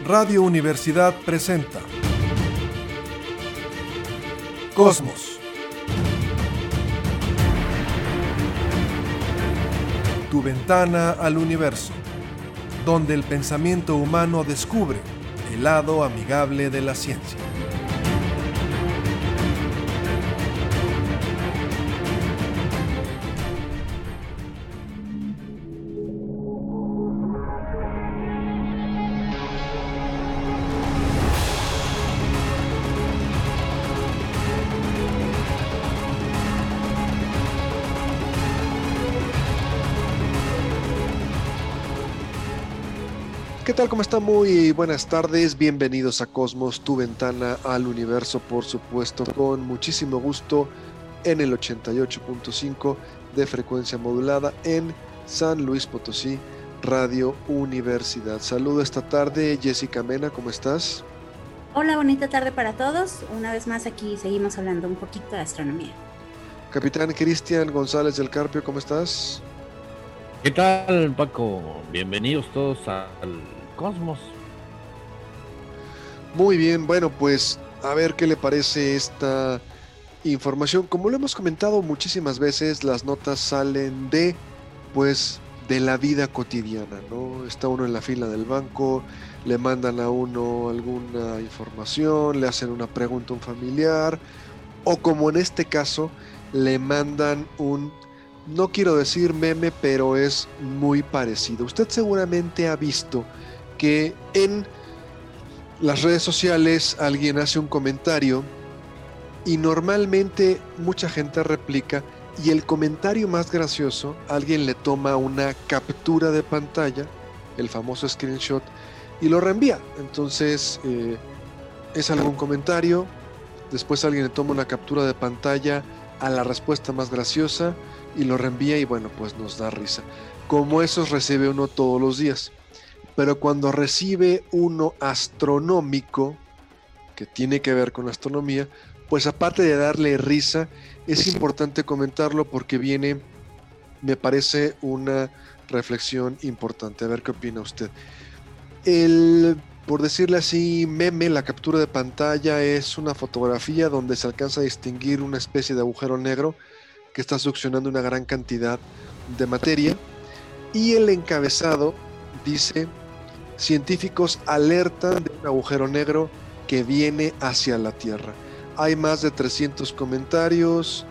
Radio Universidad presenta Cosmos. Tu ventana al universo, donde el pensamiento humano descubre el lado amigable de la ciencia. ¿Qué tal? ¿Cómo están? Muy buenas tardes, bienvenidos a Cosmos, tu ventana al universo, por supuesto, con muchísimo gusto en el 88.5 de frecuencia modulada en San Luis Potosí, Radio Universidad. Saludo esta tarde, Jessica Mena, ¿cómo estás? Hola, bonita tarde para todos. Una vez más aquí seguimos hablando un poquito de astronomía. Capitán Cristian González del Carpio, ¿cómo estás? ¿Qué tal, Paco? Bienvenidos todos al Cosmos. Muy bien, bueno, pues a ver qué le parece esta información. Como lo hemos comentado muchísimas veces, las notas salen de la vida cotidiana, ¿no? Está uno en la fila del banco, le mandan a uno alguna información, le hacen una pregunta a un familiar, o como en este caso, le mandan no quiero decir meme, pero es muy parecido. Usted seguramente ha visto que en las redes sociales alguien hace un comentario y normalmente mucha gente replica, y el comentario más gracioso, alguien le toma una captura de pantalla, el famoso screenshot, y lo reenvía. Entonces es algún comentario, después alguien le toma una captura de pantalla a la respuesta más graciosa y lo reenvía, y bueno, pues nos da risa. Como esos recibe uno todos los días. Pero cuando recibe uno astronómico, que tiene que ver con astronomía, pues aparte de darle risa, es importante comentarlo porque viene, me parece, una reflexión importante. A ver qué opina usted. Por decirle así, meme, la captura de pantalla es una fotografía donde se alcanza a distinguir una especie de agujero negro que está succionando una gran cantidad de materia, y el encabezado dice: científicos alertan de un agujero negro que viene hacia la Tierra. Hay más de 300 comentarios,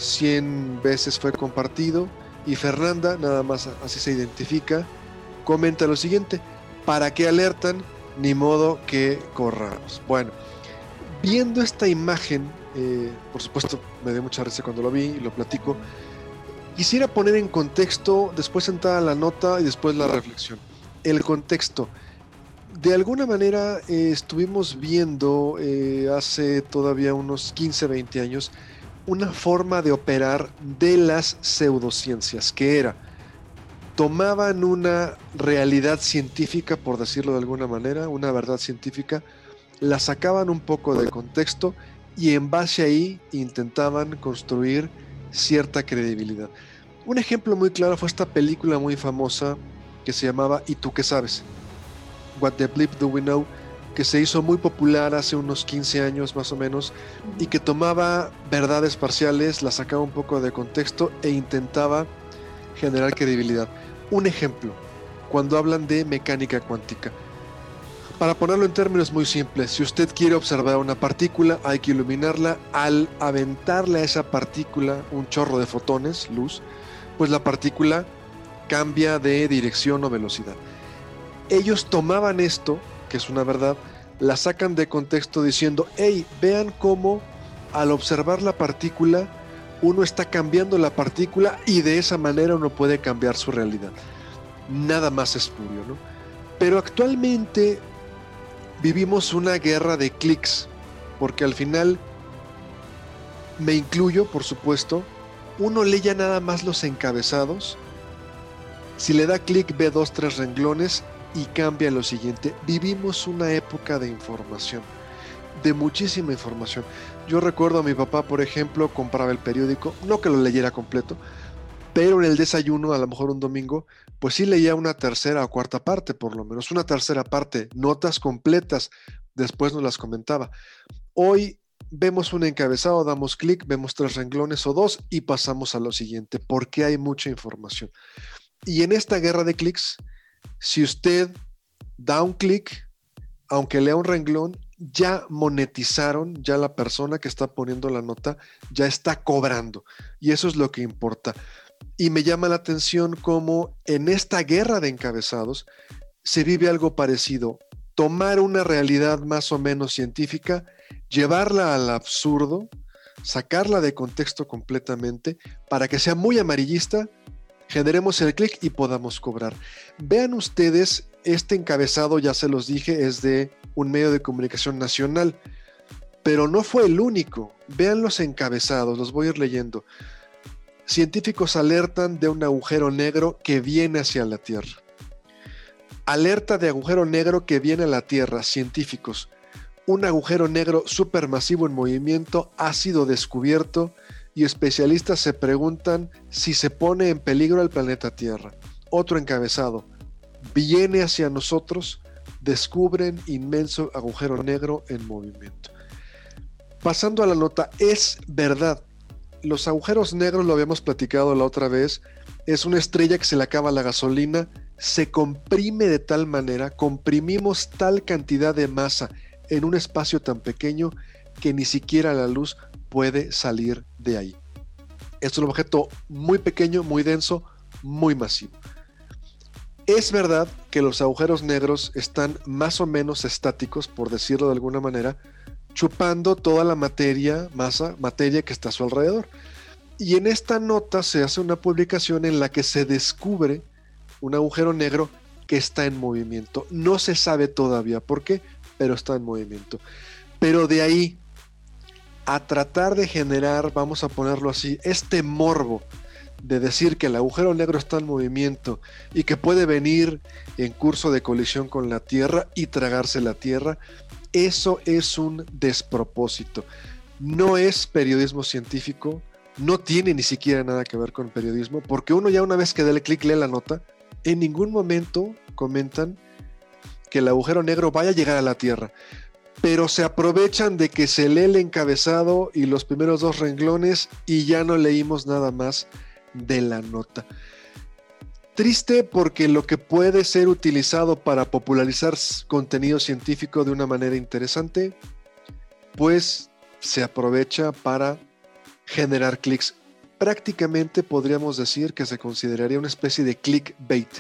100 veces fue compartido, y Fernanda, nada más así se identifica, comenta lo siguiente: ¿para qué alertan? Ni modo que corramos. Bueno, viendo esta imagen, por supuesto me dio mucha risa cuando lo vi y lo platico. Quisiera poner en contexto, después sentada la nota y después la reflexión. El contexto. De alguna manera estuvimos viendo hace todavía unos 15, 20 años una forma de operar de las pseudociencias, que era: tomaban una realidad científica, por decirlo de alguna manera, una verdad científica, la sacaban un poco de contexto y en base a ahí intentaban construir cierta credibilidad. Un ejemplo muy claro fue esta película muy famosa que se llamaba ¿Y tú qué sabes? What the Bleep Do We Know?, que se hizo muy popular hace unos 15 años más o menos, y que tomaba verdades parciales, las sacaba un poco de contexto e intentaba generar credibilidad. Un ejemplo, cuando hablan de mecánica cuántica. Para ponerlo en términos muy simples, si usted quiere observar una partícula, hay que iluminarla. Al aventarle a esa partícula un chorro de fotones, luz, pues la partícula cambia de dirección o velocidad. Ellos tomaban esto, que es una verdad, la sacan de contexto diciendo: hey, vean cómo al observar la partícula, uno está cambiando la partícula y de esa manera uno puede cambiar su realidad. Nada más espurio, ¿no? Pero actualmente vivimos una guerra de clics, porque al final, me incluyo, por supuesto, uno lee ya nada más los encabezados, si le da clic ve 2, 3 renglones y cambia lo siguiente. Vivimos una época de información, de muchísima información. Yo recuerdo a mi papá, por ejemplo, compraba el periódico, no que lo leyera completo, pero en el desayuno, a lo mejor un domingo, pues sí leía una tercera o cuarta parte, por lo menos una tercera parte, notas completas, después nos las comentaba. Hoy vemos un encabezado, damos clic, vemos 3 renglones o 2 y pasamos a lo siguiente, porque hay mucha información. Y en esta guerra de clics, si usted da un clic, aunque lea un renglón, ya monetizaron, ya la persona que está poniendo la nota ya está cobrando. Y eso es lo que importa. Y me llama la atención cómo en esta guerra de encabezados se vive algo parecido. Tomar una realidad más o menos científica, llevarla al absurdo, sacarla de contexto completamente para que sea muy amarillista, generemos el clic y podamos cobrar. Vean ustedes, este encabezado, ya se los dije, es de un medio de comunicación nacional, pero no fue el único. Vean los encabezados, los voy a ir leyendo. Científicos alertan de un agujero negro que viene hacia la Tierra. Alerta de agujero negro que viene a la Tierra. Científicos. Un agujero negro supermasivo en movimiento ha sido descubierto y especialistas se preguntan si se pone en peligro al planeta Tierra. Otro encabezado. Viene hacia nosotros. Descubren inmenso agujero negro en movimiento. Pasando a la nota, es verdad. Los agujeros negros, lo habíamos platicado la otra vez, es una estrella que se le acaba la gasolina, se comprime de tal manera, comprimimos tal cantidad de masa en un espacio tan pequeño que ni siquiera la luz puede salir de ahí. Es un objeto muy pequeño, muy denso, muy masivo. Es verdad que los agujeros negros están más o menos estáticos, por decirlo de alguna manera, chupando toda la materia que está a su alrededor. Y en esta nota se hace una publicación en la que se descubre un agujero negro que está en movimiento. No se sabe todavía por qué, pero está en movimiento. Pero de ahí a tratar de generar, vamos a ponerlo así, este morbo de decir que el agujero negro está en movimiento y que puede venir en curso de colisión con la Tierra y tragarse la Tierra, eso es un despropósito. No es periodismo científico, no tiene ni siquiera nada que ver con periodismo, porque uno ya una vez que dale clic lee la nota, en ningún momento comentan que el agujero negro vaya a llegar a la Tierra, pero se aprovechan de que se lee el encabezado y los primeros 2 renglones y ya no leímos nada más de la nota. Triste porque lo que puede ser utilizado para popularizar contenido científico de una manera interesante, pues se aprovecha para generar clics. Prácticamente podríamos decir que se consideraría una especie de clickbait.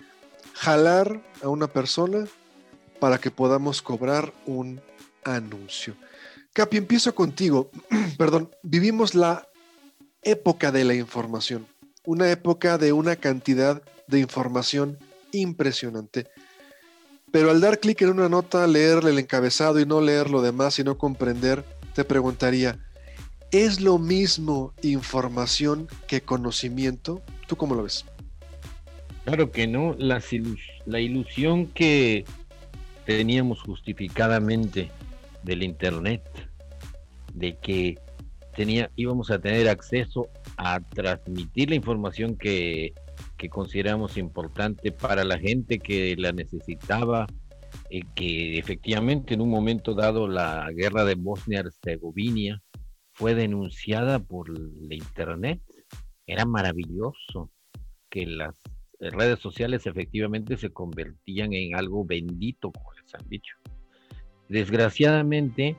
Jalar a una persona para que podamos cobrar un anuncio. Capi, empiezo contigo. Perdón, vivimos la época de la información. Una época de una cantidad de información impresionante. Pero al dar clic en una nota, leerle el encabezado y no leer lo demás y no comprender, te preguntaría, ¿es lo mismo información que conocimiento? ¿Tú cómo lo ves? Claro que no. La ilusión que teníamos justificadamente del internet, de que íbamos a tener acceso a transmitir la información que consideramos importante para la gente que la necesitaba, que efectivamente en un momento dado la guerra de Bosnia-Herzegovina fue denunciada por la internet. Era maravilloso que las redes sociales efectivamente se convertían en algo bendito, como les han dicho. Desgraciadamente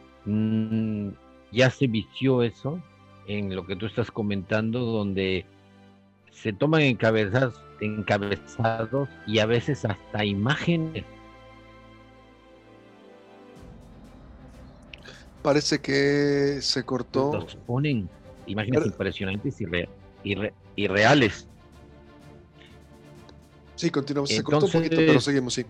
ya se vició eso en lo que tú estás comentando, donde se toman encabezados y a veces hasta imágenes. Parece que se cortó. Los ponen imágenes impresionantes y reales. Sí, continuamos. Se cortó un poquito, pero seguimos, sí.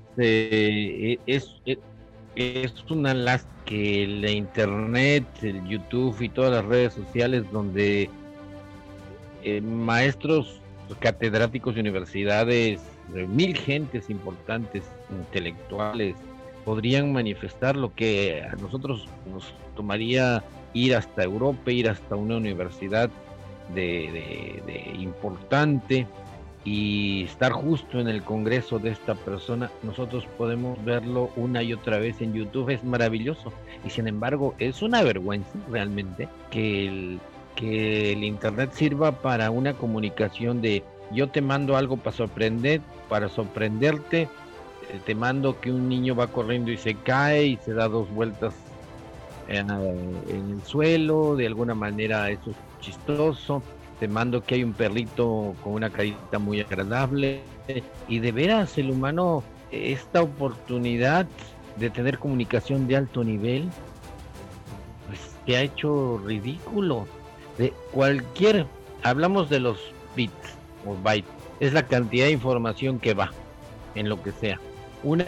Es una lástima que la internet, el YouTube y todas las redes sociales donde maestros, catedráticos de universidades, 1000 gentes importantes, intelectuales, podrían manifestar lo que a nosotros nos tomaría ir hasta Europa, ir hasta una universidad de importante y estar justo en el congreso de esta persona, nosotros podemos verlo una y otra vez en YouTube, es maravilloso. Y sin embargo, es una vergüenza realmente que el internet sirva para una comunicación de yo te mando algo para sorprenderte, te mando que un niño va corriendo y se cae y se da 2 vueltas en el suelo, de alguna manera eso es chistoso. Te mando que hay un perrito con una carita muy agradable, y de veras el humano, esta oportunidad de tener comunicación de alto nivel, pues se ha hecho ridículo. De hablamos de los bits o bytes, es la cantidad de información que va en lo que sea. Una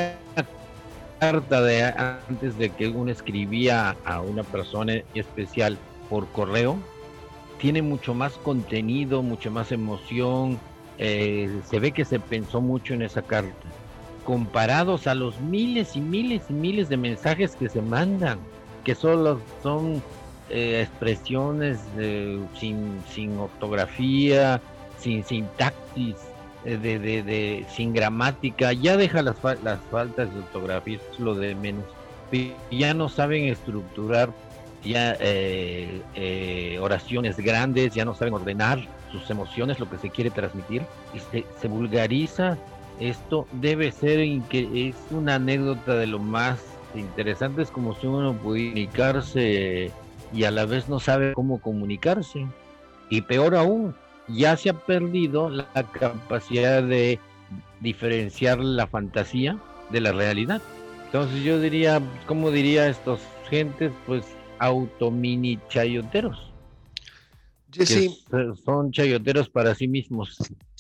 carta antes de que uno escribía a una persona especial por correo, tiene mucho más contenido, mucho más emoción, se ve que se pensó mucho en esa carta, comparados a los miles y miles y miles de mensajes que se mandan, que solo son expresiones sin ortografía, sin sintaxis, sin gramática, ya deja las faltas de ortografía, es lo de menos, ya no saben estructurar ya oraciones grandes, ya no saben ordenar sus emociones, lo que se quiere transmitir, y se vulgariza. Esto debe ser es una anécdota de lo más interesante, es como si uno pudiera comunicarse y a la vez no sabe cómo comunicarse, y peor aún, ya se ha perdido la capacidad de diferenciar la fantasía de la realidad. Entonces yo diría, ¿cómo diría estos gentes? Pues automini chayoteros, Jesse, que son chayoteros para sí mismos.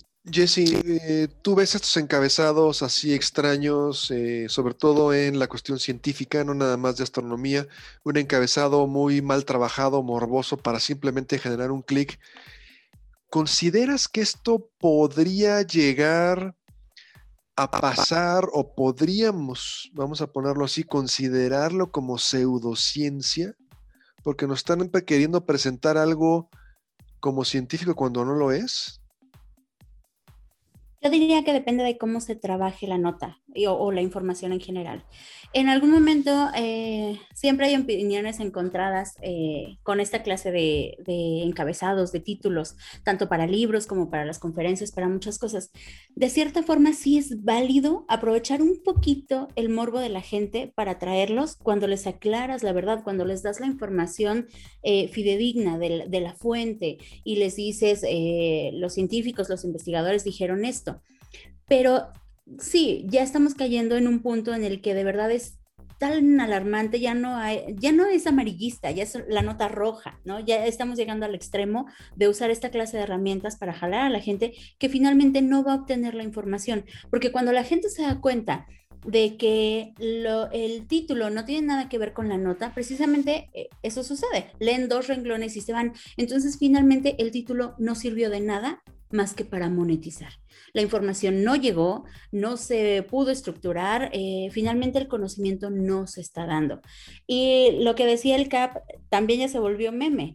Jesse, tú ves estos encabezados así extraños, sobre todo en la cuestión científica, no nada más de astronomía, un encabezado muy mal trabajado, morboso, para simplemente generar un clic. ¿Consideras que esto podría llegar a pasar o podríamos, vamos a ponerlo así, considerarlo como pseudociencia? Porque nos están queriendo presentar algo como científico cuando no lo es. Yo diría que depende de cómo se trabaje la nota o la información en general. En algún momento siempre hay opiniones encontradas con esta clase de encabezados, de títulos, tanto para libros como para las conferencias, para muchas cosas. De cierta forma sí es válido aprovechar un poquito el morbo de la gente para atraerlos cuando les aclaras la verdad, cuando les das la información fidedigna de la fuente y les dices, los científicos, los investigadores dijeron esto. Pero sí, ya estamos cayendo en un punto en el que de verdad es tan alarmante, ya no es amarillista, ya es la nota roja, ¿no? Ya estamos llegando al extremo de usar esta clase de herramientas para jalar a la gente que finalmente no va a obtener la información, porque cuando la gente se da cuenta de que el título no tiene nada que ver con la nota, precisamente eso sucede, leen 2 renglones y se van, entonces finalmente el título no sirvió de nada más que para monetizar. La información no llegó, no se pudo estructurar, finalmente el conocimiento no se está dando. Y lo que decía el CAP también ya se volvió meme.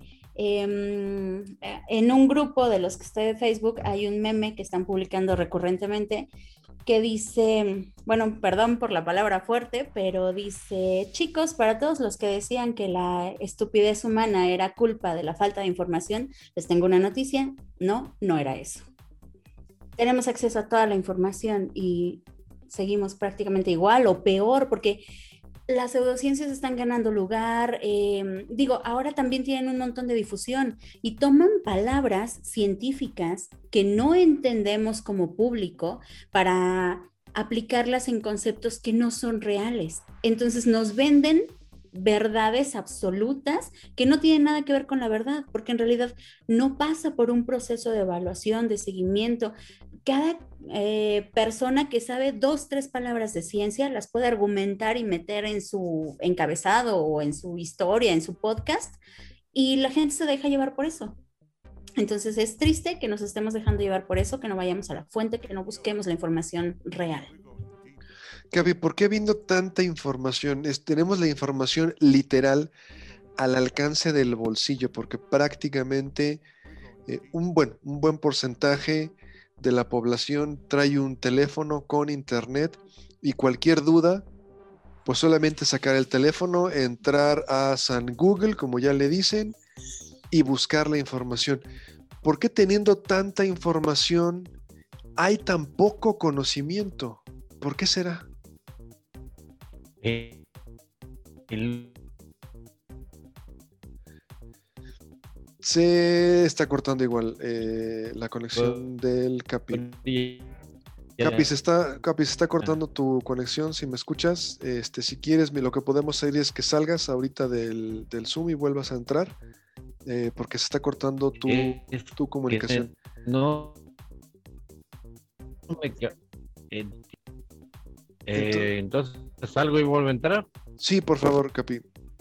En un grupo de los que estoy de Facebook hay un meme que están publicando recurrentemente que dice, bueno, perdón por la palabra fuerte, pero dice: chicos, para todos los que decían que la estupidez humana era culpa de la falta de información, les tengo una noticia, no era eso. Tenemos acceso a toda la información y seguimos prácticamente igual o peor, porque las pseudociencias están ganando lugar, ahora también tienen un montón de difusión y toman palabras científicas que no entendemos como público para aplicarlas en conceptos que no son reales. Entonces nos venden verdades absolutas que no tienen nada que ver con la verdad, porque en realidad no pasa por un proceso de evaluación, de seguimiento. Cada persona que sabe 2, 3 palabras de ciencia las puede argumentar y meter en su encabezado o en su historia, en su podcast, y la gente se deja llevar por eso. Entonces es triste que nos estemos dejando llevar por eso, que no vayamos a la fuente, que no busquemos la información real. Gaby, ¿por qué viendo tanta información? Tenemos la información literal al alcance del bolsillo, porque prácticamente un buen porcentaje de la población trae un teléfono con internet y cualquier duda, pues solamente sacar el teléfono, entrar a San Google, como ya le dicen, y buscar la información. ¿Por qué teniendo tanta información hay tan poco conocimiento? ¿Por qué será? Se está cortando igual la conexión del Capi. Capi, se está cortando tu conexión, si me escuchas. Si quieres, lo que podemos hacer es que salgas ahorita del Zoom y vuelvas a entrar, porque se está cortando tu comunicación. No. Entonces, ¿salgo y vuelvo a entrar? Sí, por favor, Capi.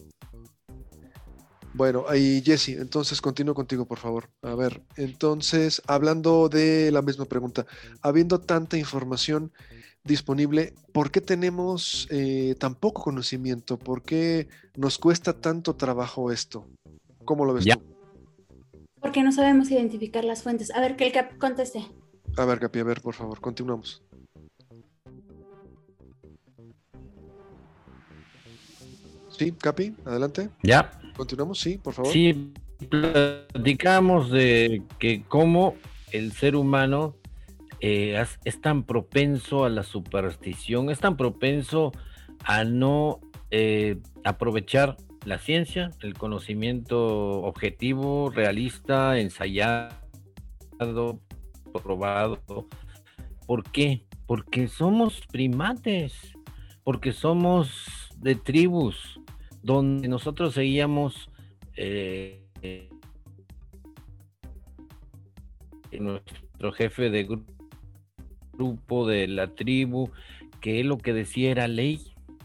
Bueno, ahí Jesse, entonces continúo contigo, por favor. A ver, entonces, hablando de la misma pregunta, habiendo tanta información disponible, ¿por qué tenemos tan poco conocimiento? ¿Por qué nos cuesta tanto trabajo esto? ¿Cómo lo ves tú? Porque no sabemos identificar las fuentes. A ver, que el Cap conteste. A ver, Capi, a ver, por favor, continuamos. Sí, Capi, adelante. Ya. Continuamos, sí, por favor. Sí, platicamos de que cómo el ser humano es tan propenso a la superstición, es tan propenso a no aprovechar la ciencia, el conocimiento objetivo, realista, ensayado, probado. ¿Por qué? Porque somos primates, porque somos de tribus, donde nosotros seguíamos nuestro jefe de grupo de la tribu, que lo que decía era ley,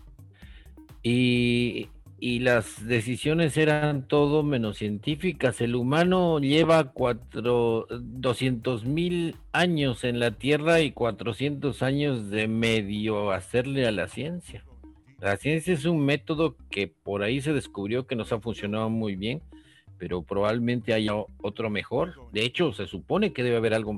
y las decisiones eran todo menos científicas. El humano lleva 200,000 años en la Tierra y 400 años de medio hacerle a la ciencia. La ciencia es un método que por ahí se descubrió que nos ha funcionado muy bien, pero probablemente haya otro mejor. De hecho, se supone que debe haber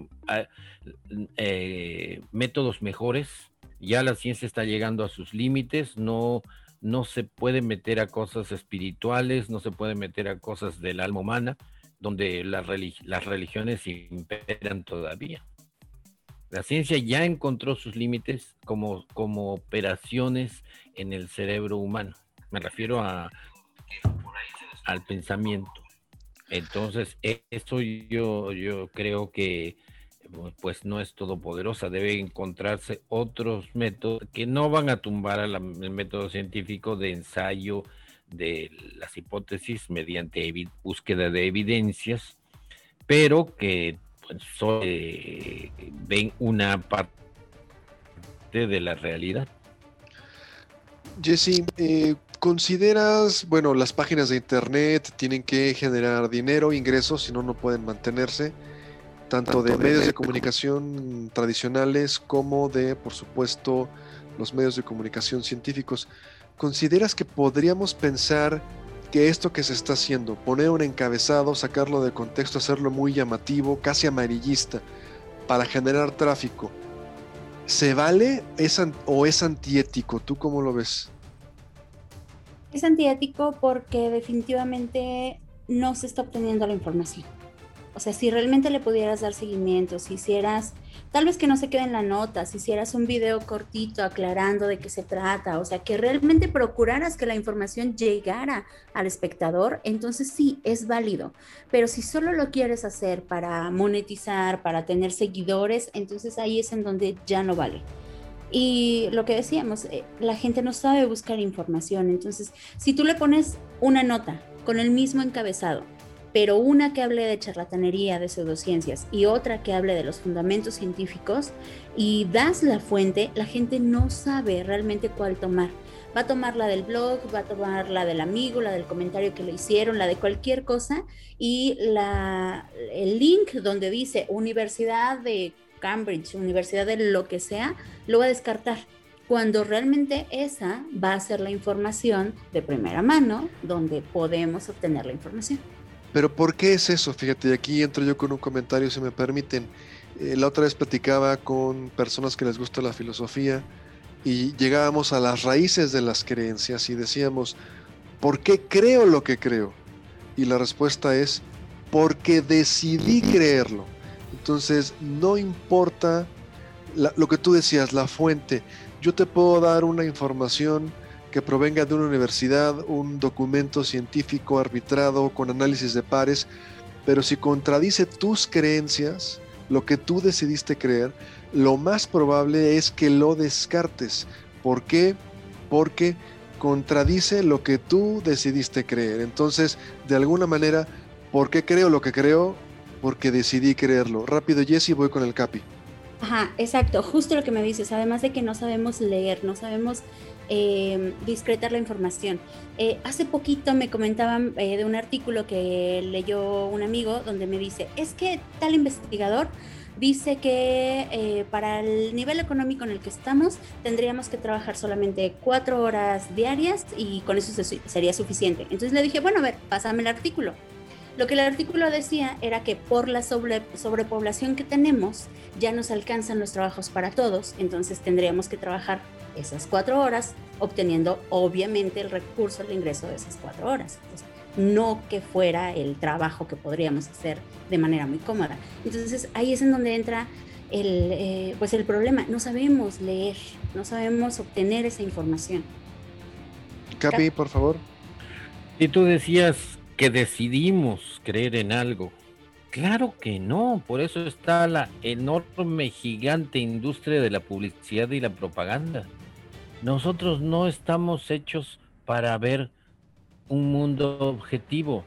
métodos mejores. Ya la ciencia está llegando a sus límites, no se puede meter a cosas espirituales, no se puede meter a cosas del alma humana, donde las religiones imperan todavía. La ciencia ya encontró sus límites como operaciones en el cerebro humano. Me refiero al pensamiento. Entonces, esto yo creo que pues no es todopoderosa. Debe encontrarse otros métodos que no van a tumbar el método científico de ensayo de las hipótesis mediante búsqueda de evidencias, pero que ven una parte de la realidad. Jesse, ¿consideras, bueno, las páginas de internet tienen que generar dinero, ingresos, si no, no pueden mantenerse, tanto de medios de comunicación tradicionales como de, por supuesto, los medios de comunicación científicos? ¿Consideras que podríamos pensar que esto que se está haciendo, poner un encabezado, sacarlo de contexto, hacerlo muy llamativo, casi amarillista, para generar tráfico, ¿se vale o es antiético? ¿Tú cómo lo ves? Es antiético porque definitivamente no se está obteniendo la información. O sea, si realmente le pudieras dar seguimiento, si hicieras, tal vez que no se quede en la nota, si hicieras un video cortito aclarando de qué se trata, o sea, que realmente procuraras que la información llegara al espectador, entonces sí, es válido. Pero si solo lo quieres hacer para monetizar, para tener seguidores, entonces ahí es en donde ya no vale. Y lo que decíamos, la gente no sabe buscar información, entonces si tú le pones una nota con el mismo encabezado, pero una que hable de charlatanería, de pseudociencias, y otra que hable de los fundamentos científicos, y das la fuente, la gente no sabe realmente cuál tomar. Va a tomar la del blog, va a tomar la del amigo, la del comentario que le hicieron, la de cualquier cosa, y el link donde dice Universidad de Cambridge, Universidad de lo que sea, lo va a descartar, cuando realmente esa va a ser la información de primera mano donde podemos obtener la información. Pero ¿por qué es eso? Fíjate, y aquí entro yo con un comentario, si me permiten. La otra vez platicaba con personas que les gusta la filosofía y llegábamos a las raíces de las creencias y decíamos, ¿por qué creo lo que creo? Y la respuesta es, porque decidí creerlo. Entonces, no importa lo que tú decías, la fuente. Yo te puedo dar una información que provenga de una universidad, un documento científico arbitrado con análisis de pares, pero si contradice tus creencias, lo que tú decidiste creer, lo más probable es que lo descartes. ¿Por qué? Porque contradice lo que tú decidiste creer. Entonces, de alguna manera, ¿por qué creo lo que creo? Porque decidí creerlo. Rápido, Jessy, voy con el Capi. Ajá, exacto, justo lo que me dices, además de que no sabemos leer, no sabemos discretar la información. Hace poquito me comentaban de un artículo que leyó un amigo donde me dice, es que tal investigador dice que para el nivel económico en el que estamos tendríamos que trabajar solamente 4 horas diarias y con eso sería suficiente. Entonces le dije, bueno, a ver, pásame el artículo. Lo que el artículo decía era que por la sobrepoblación que tenemos, ya nos alcanzan los trabajos para todos, entonces tendríamos que trabajar esas 4 horas, obteniendo obviamente el recurso, el ingreso de esas 4 horas. Entonces, no que fuera el trabajo que podríamos hacer de manera muy cómoda. Entonces ahí es en donde entra pues el problema. No sabemos leer, no sabemos obtener esa información. Capi, por favor. Y tú decías que decidimos creer en algo. Claro que no, por eso está la enorme, gigante industria de la publicidad y la propaganda. Nosotros no estamos hechos para ver un mundo objetivo.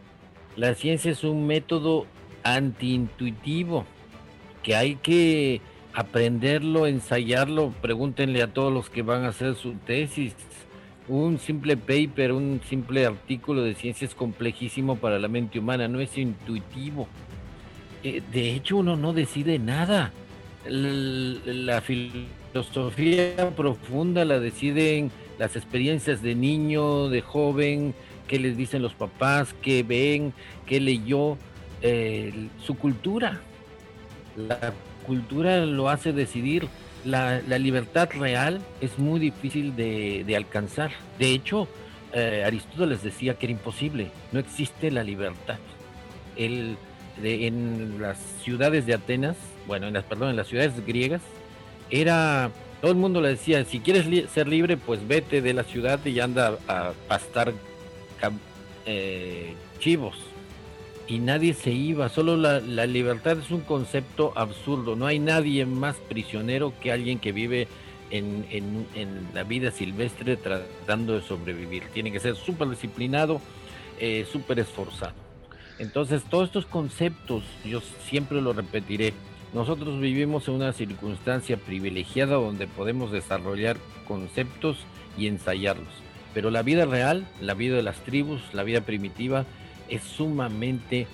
La ciencia es un método antiintuitivo que hay que aprenderlo, ensayarlo. Pregúntenle a todos los que van a hacer su tesis. Un simple paper, un simple artículo de ciencia es complejísimo para la mente humana, no es intuitivo. De hecho, uno no decide nada. La filosofía profunda la deciden las experiencias de niño, de joven, qué les dicen los papás, qué ven, qué leyó, su cultura. La cultura lo hace decidir. La libertad real es muy difícil de alcanzar. De hecho, Aristóteles decía que era imposible, no existe la libertad. En las ciudades de Atenas, bueno, en las ciudades griegas, todo el mundo le decía, si quieres ser libre, pues vete de la ciudad y anda a pastar chivos. Y nadie se iba, solo la libertad es un concepto absurdo, no hay nadie más prisionero que alguien que vive en la vida silvestre tratando de sobrevivir. Tiene que ser súper disciplinado, súper esforzado. Entonces, todos estos conceptos, yo siempre lo repetiré, nosotros vivimos en una circunstancia privilegiada donde podemos desarrollar conceptos y ensayarlos, pero la vida real, la vida de las tribus, la vida primitiva, es sumamente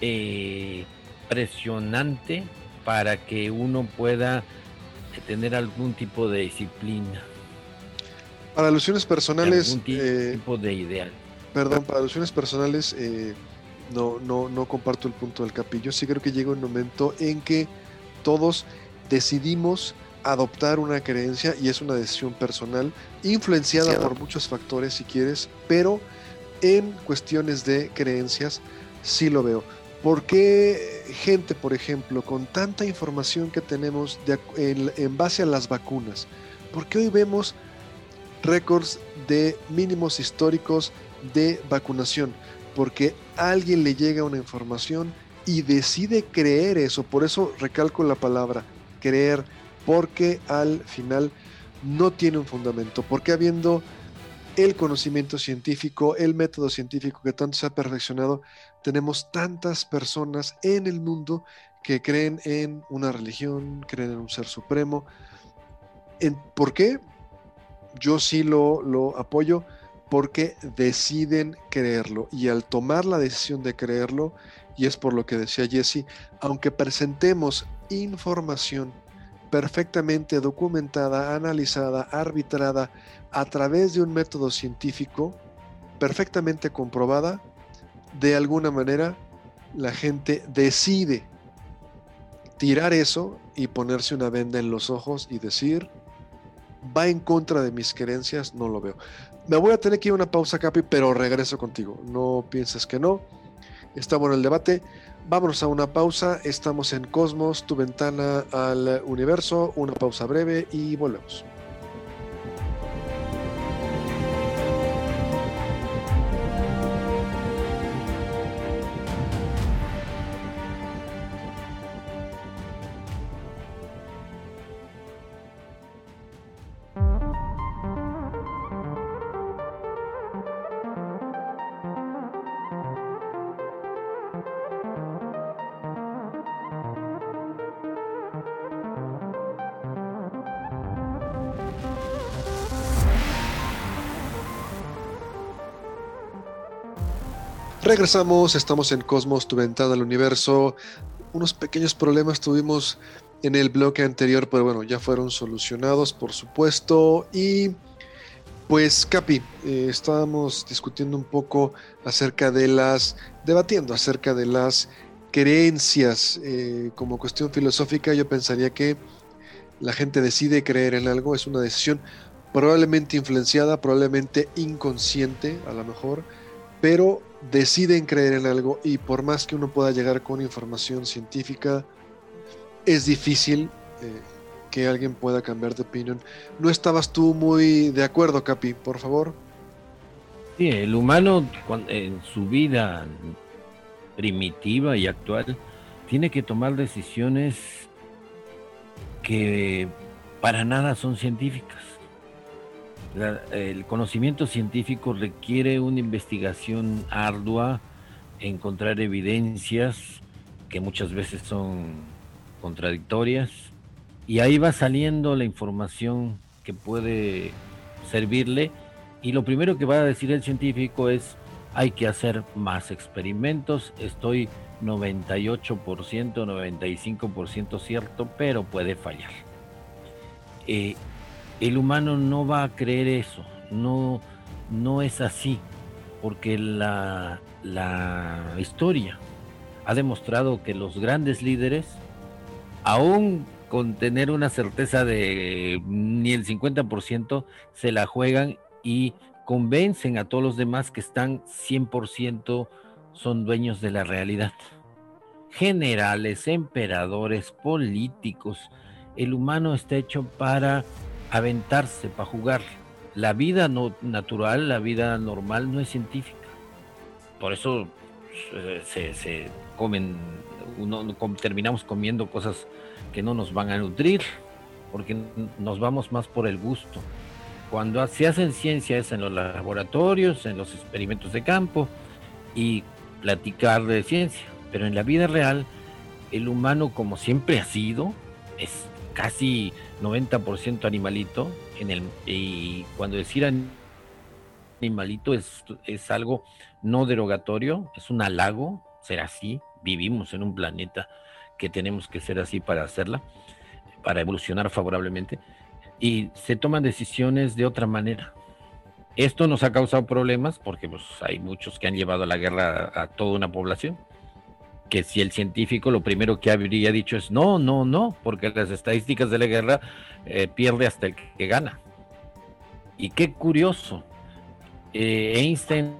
presionante para que uno pueda tener algún tipo de disciplina. Para alusiones personales... Algún tipo de ideal. Perdón, para alusiones personales no comparto el punto del Capi. Yo sí creo que llega un momento en que todos decidimos adoptar una creencia y es una decisión personal, influenciada por muchos factores si quieres, pero en cuestiones de creencias sí lo veo. ¿Por qué gente, por ejemplo, con tanta información que tenemos en base a las vacunas, por qué hoy vemos récords de mínimos históricos de vacunación? Porque a alguien le llega una información y decide creer eso. Por eso recalco la palabra creer, porque al final no tiene un fundamento. Porque habiendo el conocimiento científico, el método científico que tanto se ha perfeccionado, tenemos tantas personas en el mundo que creen en una religión, creen en un ser supremo. ¿Por qué? Yo sí lo apoyo, porque deciden creerlo, y al tomar la decisión de creerlo, y es por lo que decía Jessy, aunque presentemos información perfectamente documentada, analizada, arbitrada, a través de un método científico, perfectamente comprobada, de alguna manera la gente decide tirar eso y ponerse una venda en los ojos y decir, va en contra de mis creencias, no lo veo. Me voy a tener que ir a una pausa, Capi, pero regreso contigo. No pienses que no. Está bueno el debate. Vámonos a una pausa. Estamos en Cosmos, tu ventana al universo. Una pausa breve y volvemos. Regresamos, estamos en Cosmos, tu ventana al universo. Unos pequeños problemas tuvimos en el bloque anterior, pero bueno, ya fueron solucionados, por supuesto. Y pues, Capi, estábamos discutiendo un poco debatiendo acerca de las creencias. Como cuestión filosófica, yo pensaría que la gente decide creer en algo, es una decisión probablemente influenciada, probablemente inconsciente, a lo mejor, pero deciden creer en algo, y por más que uno pueda llegar con información científica, es difícil que alguien pueda cambiar de opinión. ¿No estabas tú muy de acuerdo, Capi, por favor? Sí, el humano en su vida primitiva y actual tiene que tomar decisiones que para nada son científicas. El conocimiento científico requiere una investigación ardua, encontrar evidencias que muchas veces son contradictorias, y ahí va saliendo la información que puede servirle, y lo primero que va a decir el científico es: hay que hacer más experimentos, estoy 98%, 95% cierto, pero puede fallar. El humano no va a creer eso, no es así, porque la historia ha demostrado que los grandes líderes, aún con tener una certeza de ni el 50%, se la juegan y convencen a todos los demás que están 100%, son dueños de la realidad. Generales, emperadores, políticos, el humano está hecho para aventarse, para jugar. La vida natural, la vida normal no es científica. Por eso se comen, terminamos comiendo cosas que no nos van a nutrir, porque nos vamos más por el gusto. Cuando se hacen ciencia es en los laboratorios, en los experimentos de campo y platicar de ciencia, pero en la vida real el humano, como siempre ha sido, es casi 90% animalito, y cuando decir animalito es algo no derogatorio, es un halago ser así. Vivimos en un planeta que tenemos que ser así para evolucionar favorablemente, y se toman decisiones de otra manera. Esto nos ha causado problemas porque pues, hay muchos que han llevado a la guerra a toda una población, que si el científico lo primero que habría dicho es no, porque las estadísticas de la guerra pierde hasta el que gana. Y qué curioso, Einstein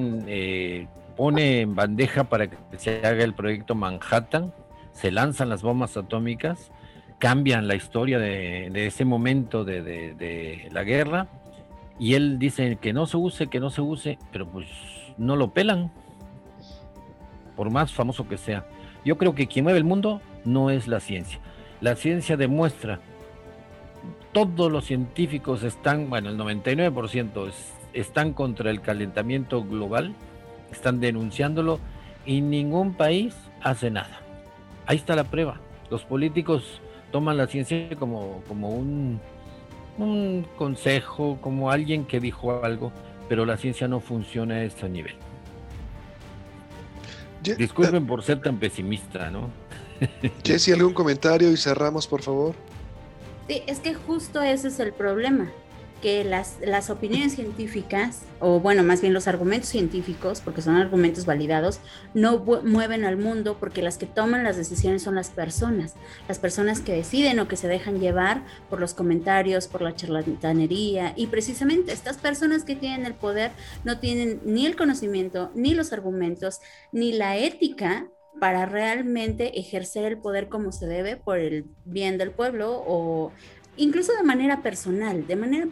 pone en bandeja para que se haga el proyecto Manhattan, se lanzan las bombas atómicas, cambian la historia de ese momento de la guerra, y él dice que no se use, pero pues no lo pelan, por más famoso que sea. Yo creo que quien mueve el mundo no es la ciencia. La ciencia demuestra, todos los científicos están, bueno, el 99% están contra el calentamiento global, están denunciándolo, y ningún país hace nada. Ahí está la prueba. Los políticos toman la ciencia como un consejo, como alguien que dijo algo, pero la ciencia no funciona a este nivel. Disculpen por ser tan pesimista, ¿no? Jessy, ¿algún comentario y cerramos, por favor? Sí, es que justo ese es el problema. que las opiniones científicas, o bueno, más bien los argumentos científicos, porque son argumentos validados, no mueven al mundo, porque las que toman las decisiones son las personas que deciden o que se dejan llevar por los comentarios, por la charlatanería, y precisamente estas personas que tienen el poder no tienen ni el conocimiento, ni los argumentos, ni la ética para realmente ejercer el poder como se debe por el bien del pueblo o incluso de manera personal.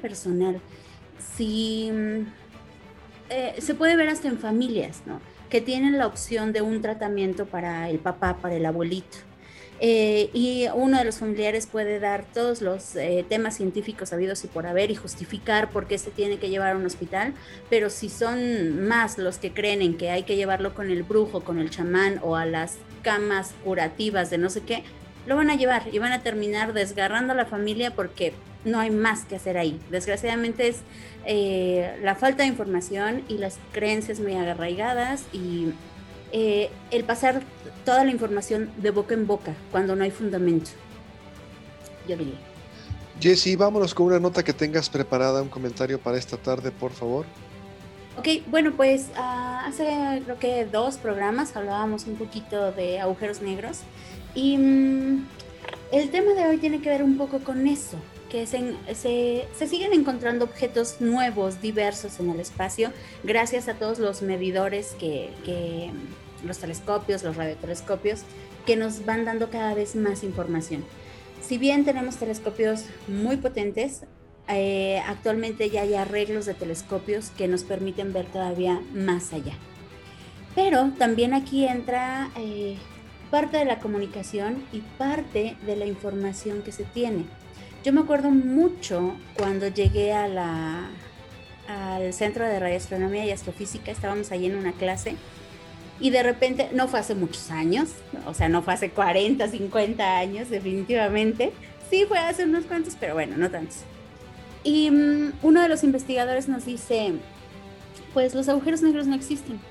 Si se puede ver hasta en familias, ¿no? Que tienen la opción de un tratamiento para el papá, para el abuelito. Y uno de los familiares puede dar todos los temas científicos habidos y por haber y justificar por qué se tiene que llevar a un hospital, pero si son más los que creen en que hay que llevarlo con el brujo, con el chamán o a las camas curativas de no sé qué, lo van a llevar y van a terminar desgarrando a la familia porque no hay más que hacer ahí. Desgraciadamente es la falta de información y las creencias muy arraigadas y el pasar toda la información de boca en boca cuando no hay fundamento, yo diría. Jessy, vámonos con una nota que tengas preparada, un comentario para esta tarde, por favor. Ok, bueno, pues hace creo que 2 programas hablábamos un poquito de agujeros negros y el tema de hoy tiene que ver un poco con eso, que se siguen encontrando objetos nuevos, diversos en el espacio, gracias a todos los medidores que los telescopios, los radiotelescopios, que nos van dando cada vez más información. Si bien tenemos telescopios muy potentes, actualmente ya hay arreglos de telescopios que nos permiten ver todavía más allá. Pero también aquí entra parte de la comunicación y parte de la información que se tiene. Yo me acuerdo mucho cuando llegué al Centro de Radioastronomía y Astrofísica, estábamos ahí en una clase y de repente, no fue hace muchos años, o sea, no fue hace 40, 50 años definitivamente, sí fue hace unos cuantos, pero bueno, no tantos. Y uno de los investigadores nos dice, pues los agujeros negros no existen.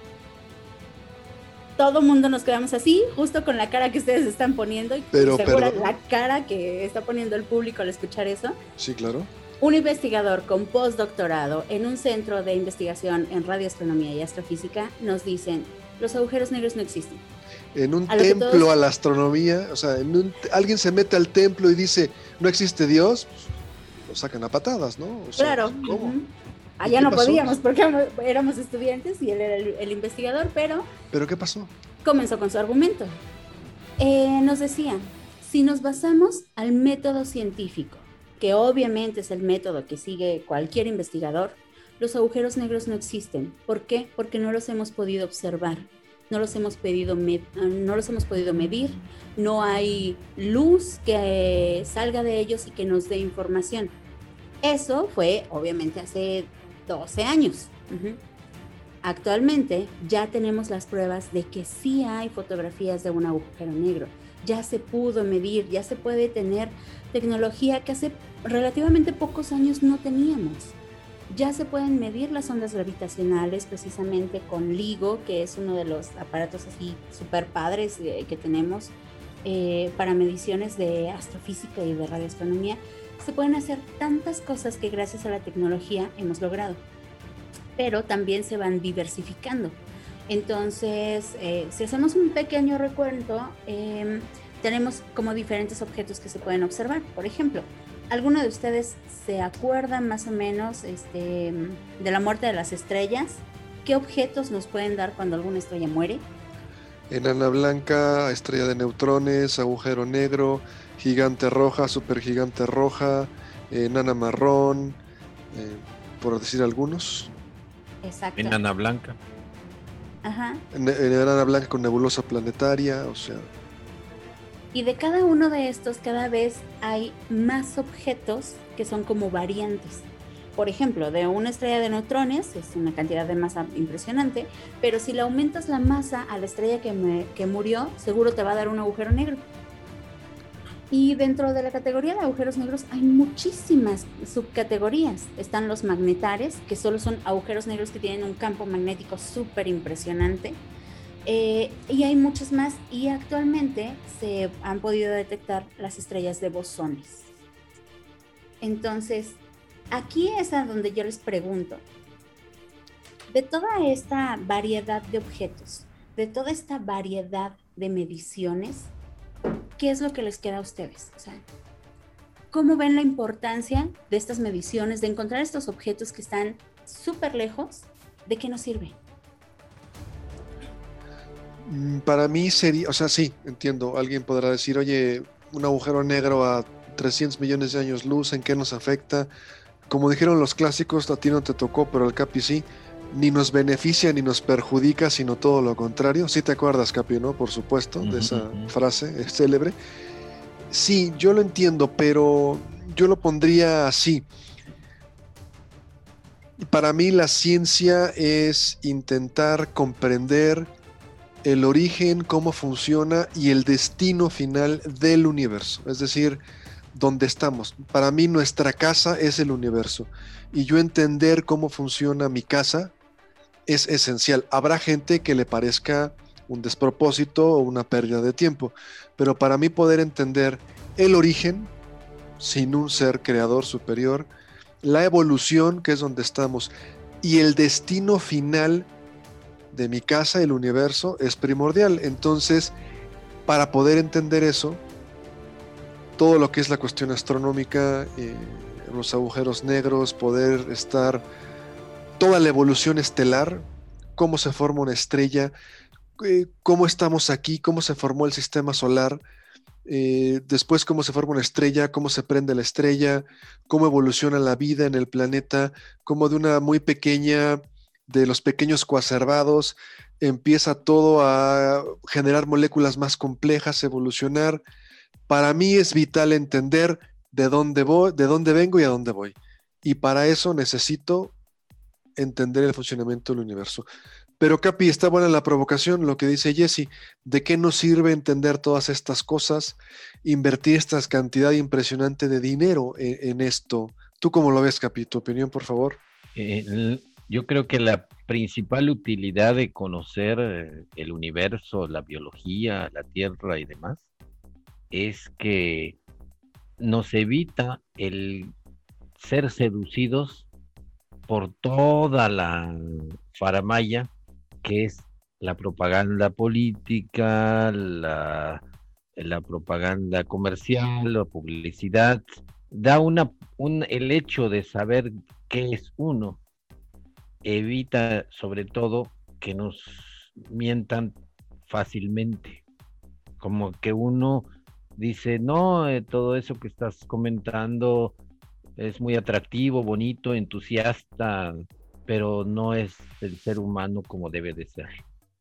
Todo mundo nos quedamos así, justo con la cara que ustedes están poniendo y segura la cara que está poniendo el público al escuchar eso. Sí, claro. Un investigador con postdoctorado en un centro de investigación en radioastronomía y astrofísica nos dicen, los agujeros negros no existen. En un templo a la astronomía, o sea, alguien se mete al templo y dice, no existe Dios, pues, lo sacan a patadas, ¿no? O sea, claro. ¿cómo? Allá no podíamos porque éramos estudiantes y él era el investigador, pero... ¿Pero qué pasó? Comenzó con su argumento. Nos decía, si nos basamos al método científico, que obviamente es el método que sigue cualquier investigador, los agujeros negros no existen. ¿Por qué? Porque no los hemos podido observar, no los hemos podido medir, no hay luz que salga de ellos y que nos dé información. Eso fue obviamente hace 12 años. Actualmente ya tenemos las pruebas de que sí hay fotografías de un agujero negro. Ya se pudo medir, ya se puede tener tecnología que hace relativamente pocos años no teníamos. Ya se pueden medir las ondas gravitacionales precisamente con LIGO, que es uno de los aparatos así súper padres que tenemos para mediciones de astrofísica y de radioastronomía. Se pueden hacer tantas cosas que gracias a la tecnología hemos logrado, pero también se van diversificando. Entonces, si hacemos un pequeño recuento, tenemos como diferentes objetos que se pueden observar. Por ejemplo, ¿alguno de ustedes se acuerda más o menos de la muerte de las estrellas? ¿Qué objetos nos pueden dar cuando alguna estrella muere? Enana blanca, estrella de neutrones, agujero negro, gigante roja, supergigante roja, enana marrón, por decir algunos. Exacto. Enana blanca. Ajá. Enana blanca con nebulosa planetaria, o sea. Y de cada uno de estos cada vez hay más objetos que son como variantes. Por ejemplo, de una estrella de neutrones es una cantidad de masa impresionante, pero si le aumentas la masa a la estrella que murió, seguro te va a dar un agujero negro. Y dentro de la categoría de agujeros negros hay muchísimas subcategorías. Están los magnetares, que solo son agujeros negros que tienen un campo magnético súper impresionante. Y hay muchos más, y actualmente se han podido detectar las estrellas de bosones. Entonces, Aquí es a donde yo les pregunto, de toda esta variedad de objetos, de toda esta variedad de mediciones, ¿qué es lo que les queda a ustedes? O sea, ¿cómo ven la importancia de estas mediciones, de encontrar estos objetos que están súper lejos? ¿De qué nos sirve? Para mí sería, o sea, sí, entiendo. Alguien podrá decir, oye, un agujero negro a 300 millones de años luz, ¿en qué nos afecta? Como dijeron los clásicos, a ti no te tocó, pero al Capi sí. Ni nos beneficia ni nos perjudica, sino todo lo contrario. Sí te acuerdas, Capi, ¿no? Por supuesto, de esa frase célebre. Sí, yo lo entiendo, pero yo lo pondría así. Para mí la ciencia es intentar comprender el origen, cómo funciona y el destino final del universo. Es decir, dónde estamos. Para mí nuestra casa es el universo. Y yo entender cómo funciona mi casa es esencial. Habrá gente que le parezca un despropósito o una pérdida de tiempo, pero para mí poder entender el origen sin un ser creador superior, la evolución, que es donde estamos, y el destino final de mi casa, el universo, es primordial. Entonces, para poder entender eso, todo lo que es la cuestión astronómica, los agujeros negros, poder estar toda la evolución estelar, cómo se forma una estrella, cómo estamos aquí, cómo se formó el sistema solar, después cómo se forma una estrella, cómo se prende la estrella, cómo evoluciona la vida en el planeta, cómo de una muy pequeña, de los pequeños coacervados, empieza todo a generar moléculas más complejas, evolucionar. Para mí es vital entender de dónde voy, de dónde vengo y a dónde voy. Y para eso necesito entender el funcionamiento del universo. Pero Capi, está buena la provocación, lo que dice Jesse. ¿De qué nos sirve entender todas estas cosas? Invertir esta cantidad impresionante de dinero en esto. ¿Tú cómo lo ves, Capi? ¿Tu opinión, por favor? Yo creo que la principal utilidad de conocer el universo, la biología, la Tierra y demás, es que nos evita el ser seducidos por toda la faramalla que es la propaganda política, la propaganda comercial, la publicidad. Da el hecho de saber qué es uno, evita sobre todo que nos mientan fácilmente. Como que uno dice, no, todo eso que estás comentando es muy atractivo, bonito, entusiasta, pero no es el ser humano como debe de ser.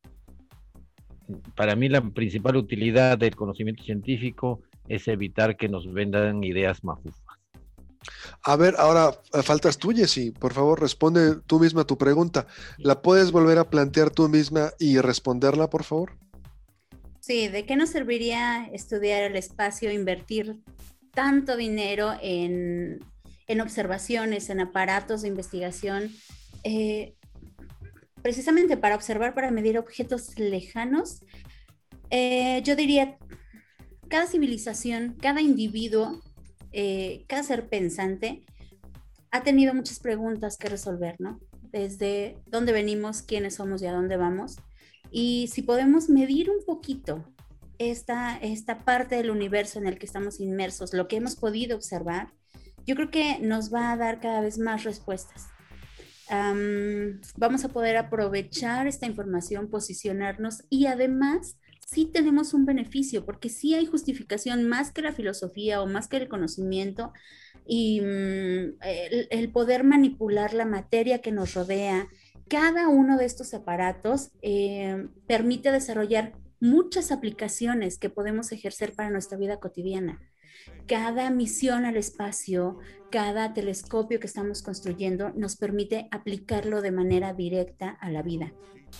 Para mí la principal utilidad del conocimiento científico es evitar que nos vendan ideas mafufas. A ver, ahora faltas tú, Jessy. Por favor, responde tú misma tu pregunta. ¿La puedes volver a plantear tú misma y responderla, por favor? Sí, ¿de qué nos serviría estudiar el espacio, invertir tanto dinero en observaciones, en aparatos de investigación, precisamente para observar, para medir objetos lejanos? Yo diría, cada civilización, cada individuo, cada ser pensante ha tenido muchas preguntas que resolver, ¿no? Desde dónde venimos, quiénes somos y a dónde vamos. Y si podemos medir un poquito esta parte del universo en el que estamos inmersos, lo que hemos podido observar, yo creo que nos va a dar cada vez más respuestas. Vamos a poder aprovechar esta información, posicionarnos y además sí tenemos un beneficio, porque sí hay justificación más que la filosofía o más que el conocimiento y el poder manipular la materia que nos rodea. Cada uno de estos aparatos permite desarrollar muchas aplicaciones que podemos ejercer para nuestra vida cotidiana. Cada misión al espacio, cada telescopio que estamos construyendo nos permite aplicarlo de manera directa a la vida.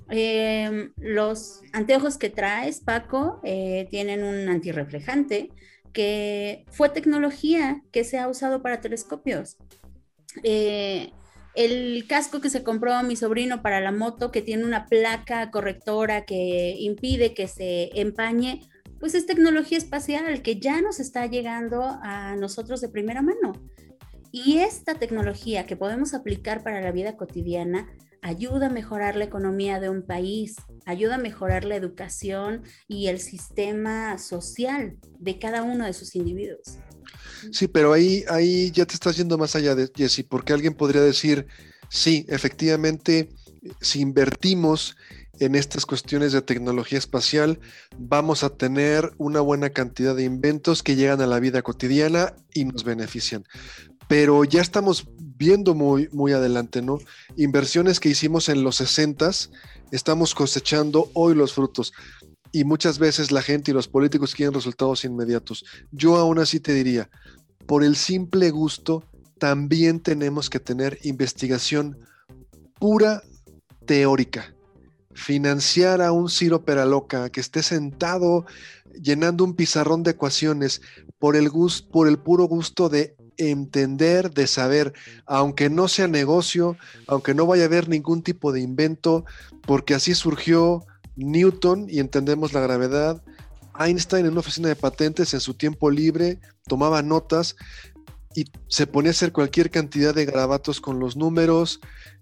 Los anteojos que traes, Paco, tienen un antirreflejante que fue tecnología que se ha usado para telescopios. El casco que se compró mi sobrino para la moto, que tiene una placa correctora que impide que se empañe, pues es tecnología espacial que ya nos está llegando a nosotros de primera mano. Y esta tecnología que podemos aplicar para la vida cotidiana ayuda a mejorar la economía de un país, ayuda a mejorar la educación y el sistema social de cada uno de sus individuos. Sí, pero ahí ya te estás yendo más allá de Jessy, porque alguien podría decir, sí, efectivamente, si invertimos en estas cuestiones de tecnología espacial, vamos a tener una buena cantidad de inventos que llegan a la vida cotidiana y nos benefician. Pero ya estamos viendo muy, muy adelante, ¿no? Inversiones que hicimos en los 60s, estamos cosechando hoy los frutos. Y muchas veces la gente y los políticos quieren resultados inmediatos. Yo aún así te diría, por el simple gusto, también tenemos que tener investigación pura teórica. Financiar a un Ciro Peraloca que esté sentado llenando un pizarrón de ecuaciones por el puro gusto de entender, de saber, aunque no sea negocio, aunque no vaya a haber ningún tipo de invento, porque así surgió Newton y entendemos la gravedad. Einstein en una oficina de patentes en su tiempo libre tomaba notas y se ponía a hacer cualquier cantidad de garabatos con los números.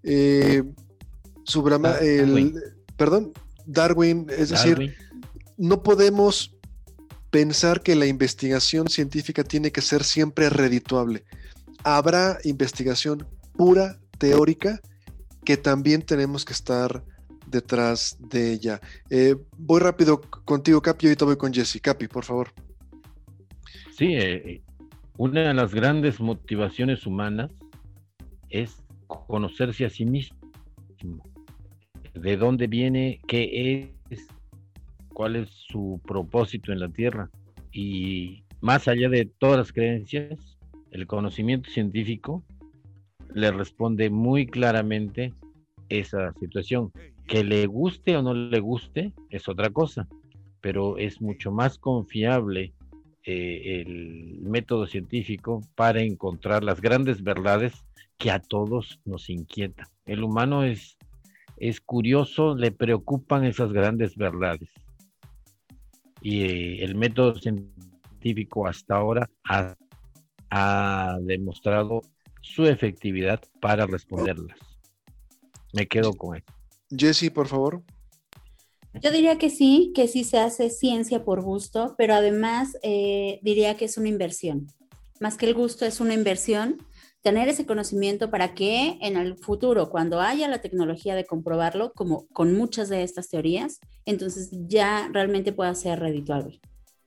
Darwin, es decir, no podemos pensar que la investigación científica tiene que ser siempre redituable. Habrá investigación pura, teórica, que también tenemos que estar detrás de ella. Voy rápido contigo, Capi, y ahorita voy con Jessy. Capi, por favor. Sí, una de las grandes motivaciones humanas es conocerse a sí mismo. ¿De dónde viene? ¿Qué es? ¿Cuál es su propósito en la Tierra? Y más allá de todas las creencias, el conocimiento científico le responde muy claramente esa situación. Que le guste o no le guste es otra cosa, pero es mucho más confiable el método científico para encontrar las grandes verdades que a todos nos inquieta. El humano es curioso, le preocupan esas grandes verdades. Y el método científico hasta ahora ha demostrado su efectividad para responderlas. Me quedo con eso. Jessy, por favor. Yo diría que sí se hace ciencia por gusto, pero además diría que es una inversión. Más que el gusto, es una inversión. Tener ese conocimiento para que en el futuro, cuando haya la tecnología de comprobarlo, como con muchas de estas teorías, entonces ya realmente pueda ser redituable.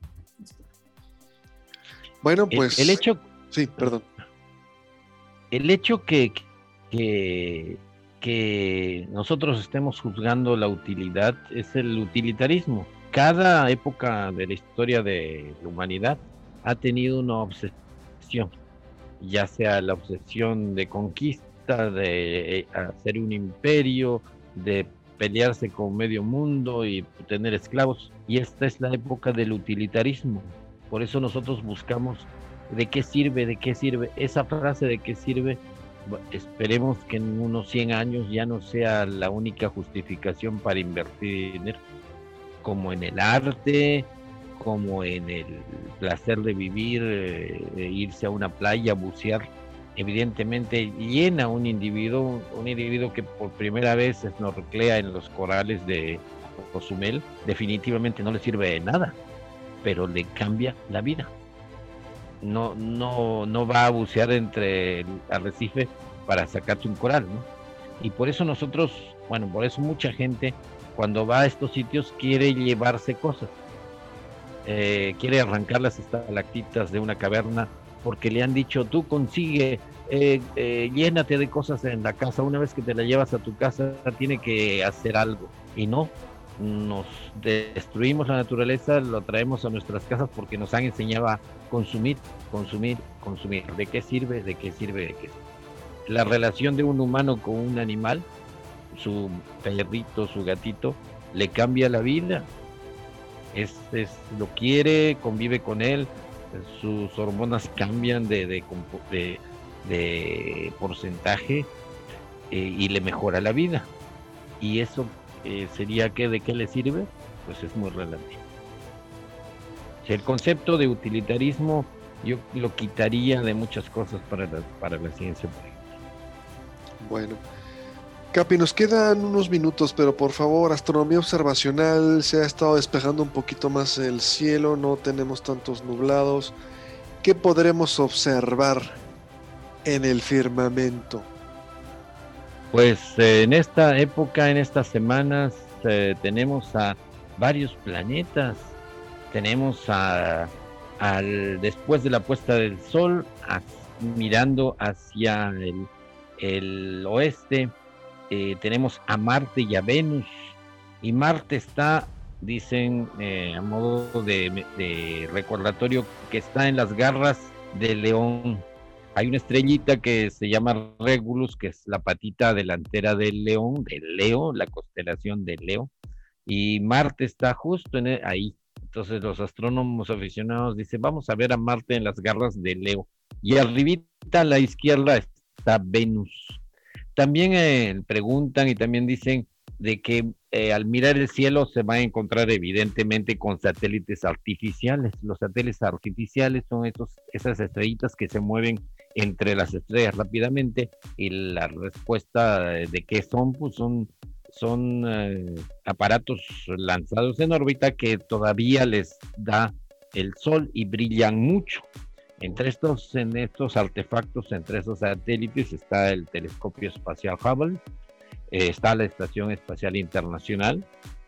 Bueno, pues... El hecho... Sí, perdón. El hecho que nosotros estemos juzgando la utilidad es el utilitarismo. Cada época de la historia de la humanidad ha tenido una obsesión, ya sea la obsesión de conquista, de hacer un imperio, de pelearse con medio mundo y tener esclavos. Y esta es la época del utilitarismo. Por eso nosotros buscamos ¿de qué sirve? ¿De qué sirve? Esa frase ¿de qué sirve? Esperemos que en unos 100 años ya no sea la única justificación para invertir dinero, como en el arte, como en el placer de vivir, irse a una playa, bucear. Evidentemente llena un individuo que por primera vez snorkelea en los corales de Cozumel, definitivamente no le sirve de nada, pero le cambia la vida. No va a bucear entre el arrecife para sacarse un coral, ¿no? Y por eso por eso mucha gente cuando va a estos sitios quiere llevarse cosas, quiere arrancar las estalactitas de una caverna porque le han dicho, tú consigue, llénate de cosas en la casa, una vez que te la llevas a tu casa tiene que hacer algo, y no, nos destruimos la naturaleza, lo traemos a nuestras casas porque nos han enseñado a consumir. ¿De qué sirve? La relación de un humano con un animal, su perrito, su gatito, le cambia la vida. Lo quiere, convive con él, sus hormonas cambian de porcentaje y le mejora la vida. Y eso sería que ¿de qué le sirve? Pues es muy relativo. El concepto de utilitarismo yo lo quitaría de muchas cosas para la ciencia. Bueno, Capi, nos quedan unos minutos, pero por favor, astronomía observacional, se ha estado despejando un poquito más el cielo, no tenemos tantos nublados. ¿Qué podremos observar en el firmamento? Pues en esta época, en estas semanas, tenemos a varios planetas. Tenemos después de la puesta del sol, mirando hacia el oeste, tenemos a Marte y a Venus. Y Marte está, dicen, a modo de recordatorio, que está en las garras del león. Hay una estrellita que se llama Regulus, que es la patita delantera del león, del Leo, la constelación de Leo, y Marte está justo ahí. Entonces los astrónomos aficionados dicen, vamos a ver a Marte en las garras de Leo. Y arribita a la izquierda está Venus. También preguntan y también dicen de que al mirar el cielo se va a encontrar evidentemente con satélites artificiales. Los satélites artificiales son esas estrellitas que se mueven entre las estrellas rápidamente, y la respuesta de qué son, pues son aparatos lanzados en órbita que todavía les da el sol y brillan mucho. En estos artefactos, entre esos satélites, está el telescopio espacial Hubble, está la Estación Espacial Internacional,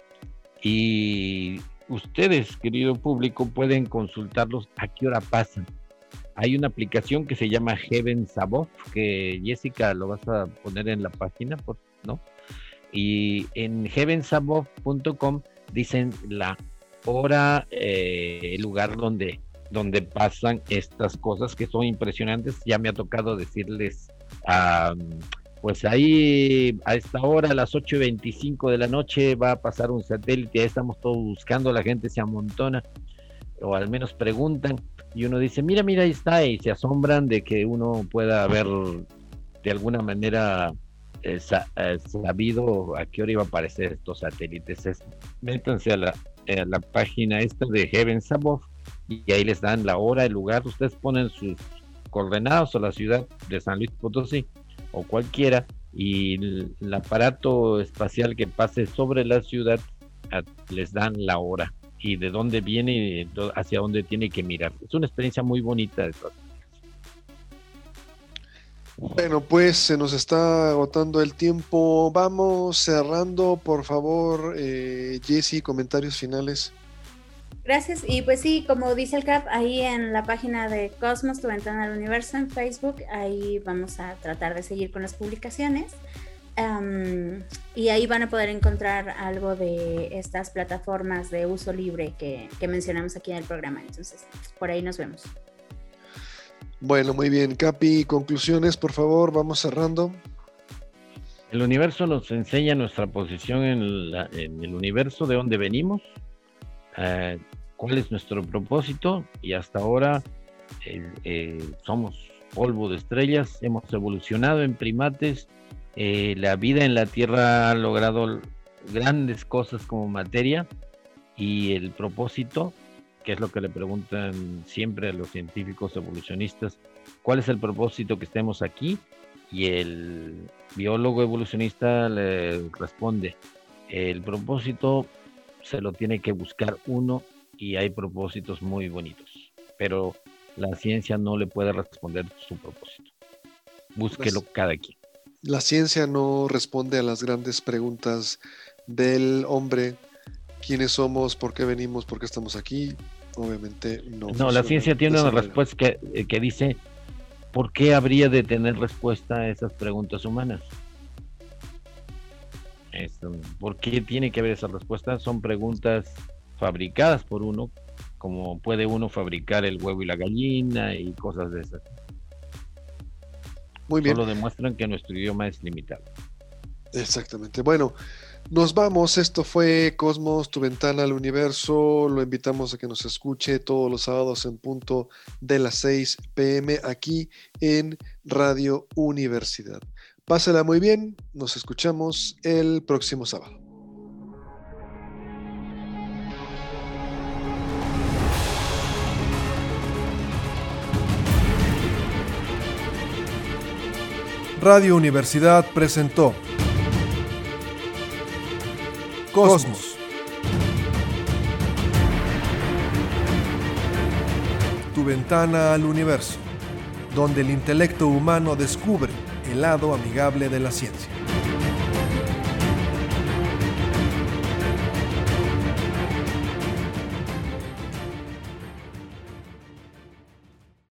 y ustedes, querido público, pueden consultarlos a qué hora pasan. Hay una aplicación que se llama Heavens Above, que Jessica lo vas a poner en la página, ¿no? Y en heavensabove.com dicen la hora, el lugar donde pasan estas cosas que son impresionantes. Ya me ha tocado decirles, pues ahí a esta hora, a las 8:25 de la noche, va a pasar un satélite. Ya estamos todos buscando, la gente se amontona, o al menos preguntan, y uno dice, mira, ahí está, y se asombran de que uno pueda ver de alguna manera sabido a qué hora iba a aparecer estos satélites. Métanse a la página esta de Heavens Above, y ahí les dan la hora, el lugar. Ustedes ponen sus coordenadas o la ciudad de San Luis Potosí o cualquiera, y el aparato espacial que pase sobre la ciudad les dan la hora y de dónde viene y hacia dónde tiene que mirar. Es una experiencia muy bonita de todas. Bueno, pues se nos está agotando el tiempo. Vamos cerrando, por favor, Jessy, comentarios finales. Gracias. Y pues sí, como dice el Cap, ahí en la página de Cosmos, tu ventana al universo, en Facebook, ahí vamos a tratar de seguir con las publicaciones. Y ahí van a poder encontrar algo de estas plataformas de uso libre que mencionamos aquí en el programa. Entonces, por ahí nos vemos. Bueno, muy bien. Capi, conclusiones, por favor, vamos cerrando. El universo nos enseña nuestra posición en el universo, de dónde venimos, cuál es nuestro propósito, y hasta ahora somos polvo de estrellas, hemos evolucionado en primates, la vida en la Tierra ha logrado grandes cosas como materia, y el propósito, que es lo que le preguntan siempre a los científicos evolucionistas, ¿cuál es el propósito que estemos aquí? Y el biólogo evolucionista le responde, el propósito se lo tiene que buscar uno, y hay propósitos muy bonitos, pero la ciencia no le puede responder su propósito. Búsquelo cada quien. La ciencia no responde a las grandes preguntas del hombre. ¿Quiénes somos? ¿Por qué venimos? ¿Por qué estamos aquí? Obviamente no. No, la ciencia tiene una respuesta que dice, ¿por qué habría de tener respuesta a esas preguntas humanas? ¿Por qué tiene que haber esa respuesta? Son preguntas fabricadas por uno, como puede uno fabricar el huevo y la gallina y cosas de esas. Muy bien. Solo demuestran que nuestro idioma es limitado. Exactamente. Bueno, nos vamos. Esto fue Cosmos, tu ventana al universo. Lo invitamos a que nos escuche todos los sábados en punto de las 6 p.m. aquí en Radio Universidad. Pásela muy bien. Nos escuchamos el próximo sábado. Radio Universidad presentó Cosmos. Tu ventana al universo, donde el intelecto humano descubre el lado amigable de la ciencia.